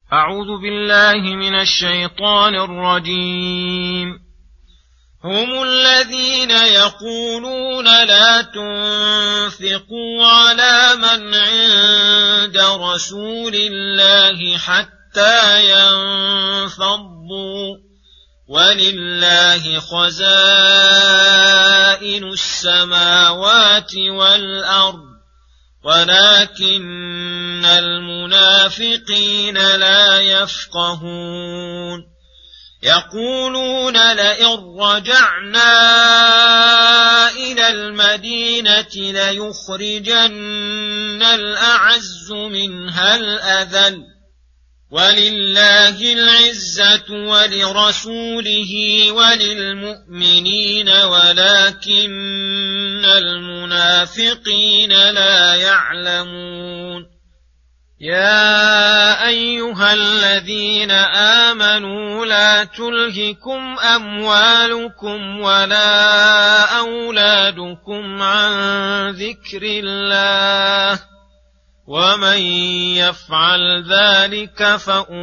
أعوذ بالله من الشيطان الرجيم. هم الذين يقولون لا تنفقوا على من عند رسول الله حتى ينفضوا ولله خزائن السماوات والأرض ولكن المنافقين لا يفقهون يقولون لئن رجعنا إلى المدينة ليخرجن الأعز منها الأذل ولله العزة ولرسوله وللمؤمنين ولكن المنافقين لا يعلمون. يا أيها الذين آمنوا لا تلهكم أموالكم ولا أولادكم عن ذكر الله ومن يفعل ذلك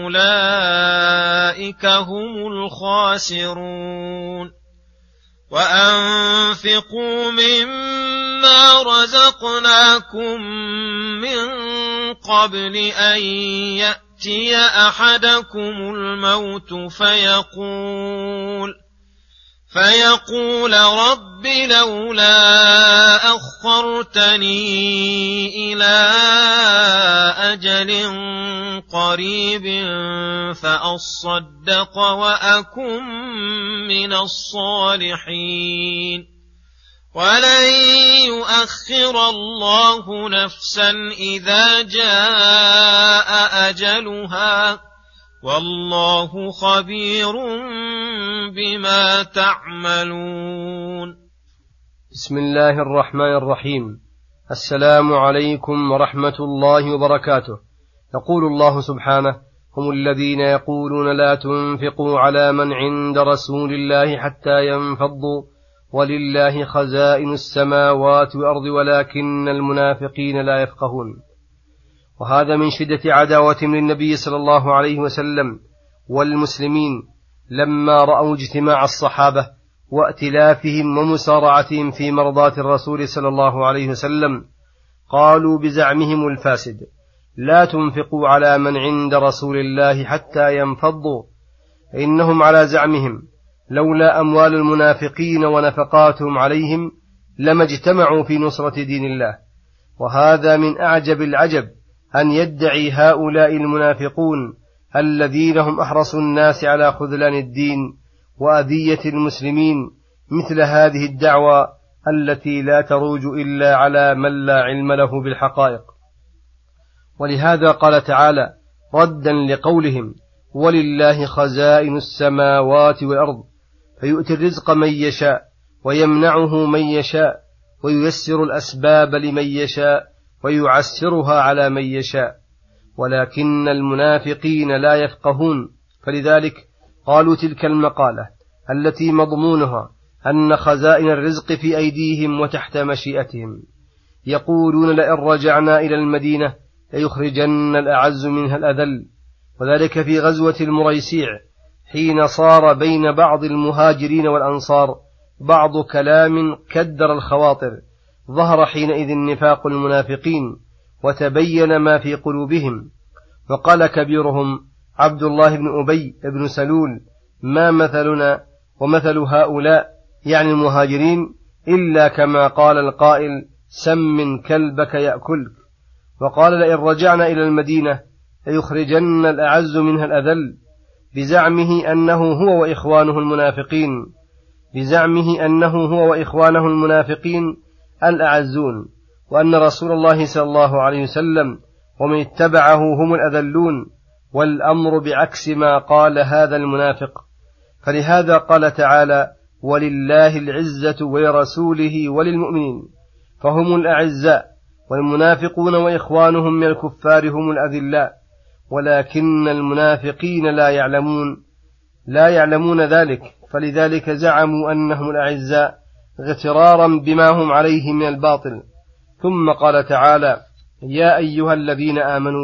فأولئك هم الخاسرون. وأنفقوا مما رزقناكم من قبل أن يأتي أحدكم الموت فيقول رب لولا أخرتني إلى أجل قريب فأصدق وأكن من الصالحين ولن يؤخر الله نفسا إذا جاء أجلها والله خبير بما تعملون. بسم الله الرحمن الرحيم. السلام عليكم ورحمة الله وبركاته. يقول الله سبحانه: هم الذين يقولون لا تنفقوا على من عند رسول الله حتى ينفضوا ولله خزائن السماوات والأرض ولكن المنافقين لا يفقهون. وهذا من شدة عداوتهم للنبي صلى الله عليه وسلم والمسلمين لما رأوا اجتماع الصحابة وائتلافهم ومسارعتهم في مرضاة الرسول صلى الله عليه وسلم، قالوا بزعمهم الفاسد: لا تنفقوا على من عند رسول الله حتى ينفضوا، إنهم على زعمهم لولا أموال المنافقين ونفقاتهم عليهم لما اجتمعوا في نصرة دين الله. وهذا من أعجب العجب أن يدعي هؤلاء المنافقون الذين هم أحرص الناس على خذلان الدين وأذية المسلمين مثل هذه الدعوة التي لا تروج إلا على من لا علم له بالحقائق. ولهذا قال تعالى ردا لقولهم: ولله خزائن السماوات والأرض فيؤتي الرزق من يشاء ويمنعه من يشاء وييسر الأسباب لمن يشاء ويعسرها على من يشاء ولكن المنافقين لا يفقهون. فلذلك قالوا تلك المقالة التي مضمونها أن خزائن الرزق في أيديهم وتحت مشيئتهم. يقولون لئن رجعنا إلى المدينة ليخرجن الأعز منها الأذل، وذلك في غزوة المريسيع حين صار بين بعض المهاجرين والأنصار بعض كلام كدر الخواطر، ظهر حينئذ نفاق المنافقين وتبين ما في قلوبهم. وقال كبيرهم عبد الله بن أبي بن سلول: ما مثلنا ومثل هؤلاء يعني المهاجرين إلا كما قال القائل: سم كلبك يأكلك. وقال لئن رجعنا إلى المدينة ليخرجن الأعز منها الأذل، بزعمه أنه هو وإخوانه المنافقين الأعزون، وأن رسول الله صلى الله عليه وسلم ومن اتبعه هم الأذلون، والأمر بعكس ما قال هذا المنافق. فلهذا قال تعالى: ولله العزة ولرسوله وللمؤمنين، فهم الأعزاء، والمنافقون وإخوانهم من الكفار هم الأذلاء، ولكن المنافقين لا يعلمون ذلك، فلذلك زعموا أنهم الأعزاء اغترارا بما هم عليه من الباطل. ثم قال تعالى: يا أيها الذين آمنوا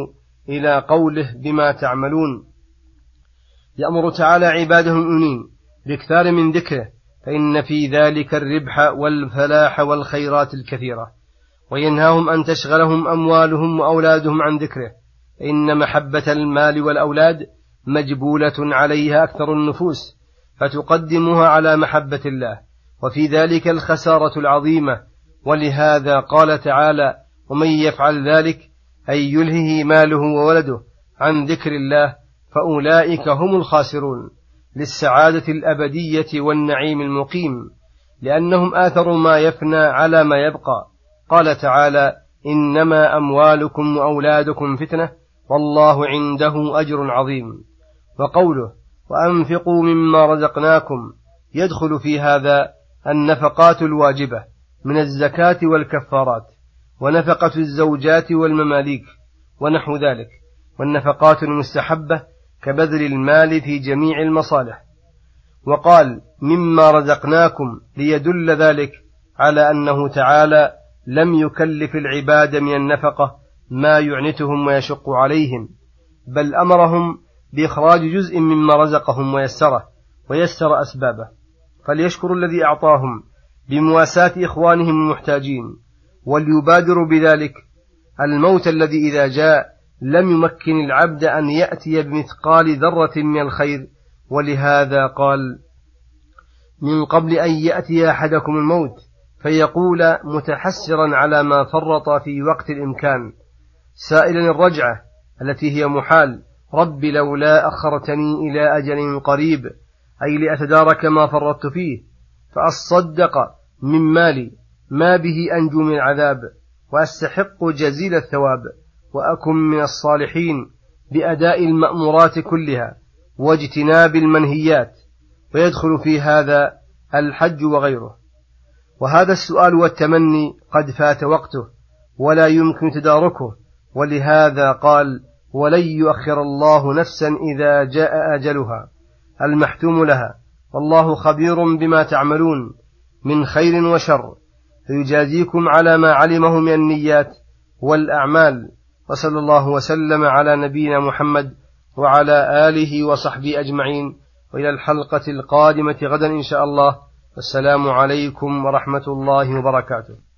إلى قوله بما تعملون. يأمر تعالى عباده المؤمنين باكثار من ذكره، فإن في ذلك الربح والفلاح والخيرات الكثيرة، وينهاهم أن تشغلهم أموالهم وأولادهم عن ذكره، فإن محبة المال والأولاد مجبولة عليها أكثر النفوس، فتقدمها على محبة الله، وفي ذلك الخسارة العظيمة. ولهذا قال تعالى: ومن يفعل ذلك أي يلهه ماله وولده عن ذكر الله فأولئك هم الخاسرون، للسعادة الأبدية والنعيم المقيم، لأنهم آثروا ما يفنى على ما يبقى. قال تعالى: إنما أموالكم وأولادكم فتنة والله عنده أجر عظيم. وقوله: وأنفقوا مما رزقناكم، يدخل في هذا النفقات الواجبة من الزكاة والكفارات، ونفقة الزوجات والمماليك ونحو ذلك، والنفقات المستحبة كبذل المال في جميع المصالح. وقال: مما رزقناكم ليدل ذلك على أنه تعالى لم يكلف العباد من النفقة ما يعنتهم ويشق عليهم، بل أمرهم بإخراج جزء مما رزقهم ويسره ويسر أسبابه، فليشكروا الذي أعطاهم بمواساة إخوانهم المحتاجين، وليبادروا بذلك الموت الذي إذا جاء لم يمكن العبد أن يأتي بمثقال ذرة من الخير. ولهذا قال: من قبل أن يأتي أحدكم الموت فيقول متحسرا على ما فرط في وقت الإمكان، سائلا الرجعة التي هي محال: رب لولا أخرتني إلى أجل قريب، أي لأتدارك ما فرطت فيه، فأصدق من مالي ما به أنجو من العذاب، وأستحق جزيل الثواب، وأكن من الصالحين بأداء المأمورات كلها واجتناب المنهيات. ويدخل في هذا الحج وغيره. وهذا السؤال والتمني قد فات وقته ولا يمكن تداركه، ولهذا قال: ولن يؤخر الله نفسا إذا جاء أجلها المحتوم لها، والله خبير بما تعملون من خير وشر، فيجازيكم على ما علمه من النيات والأعمال. وصلى الله وسلم على نبينا محمد وعلى آله وصحبه أجمعين، وإلى الحلقة القادمة غدا إن شاء الله. والسلام عليكم ورحمة الله وبركاته.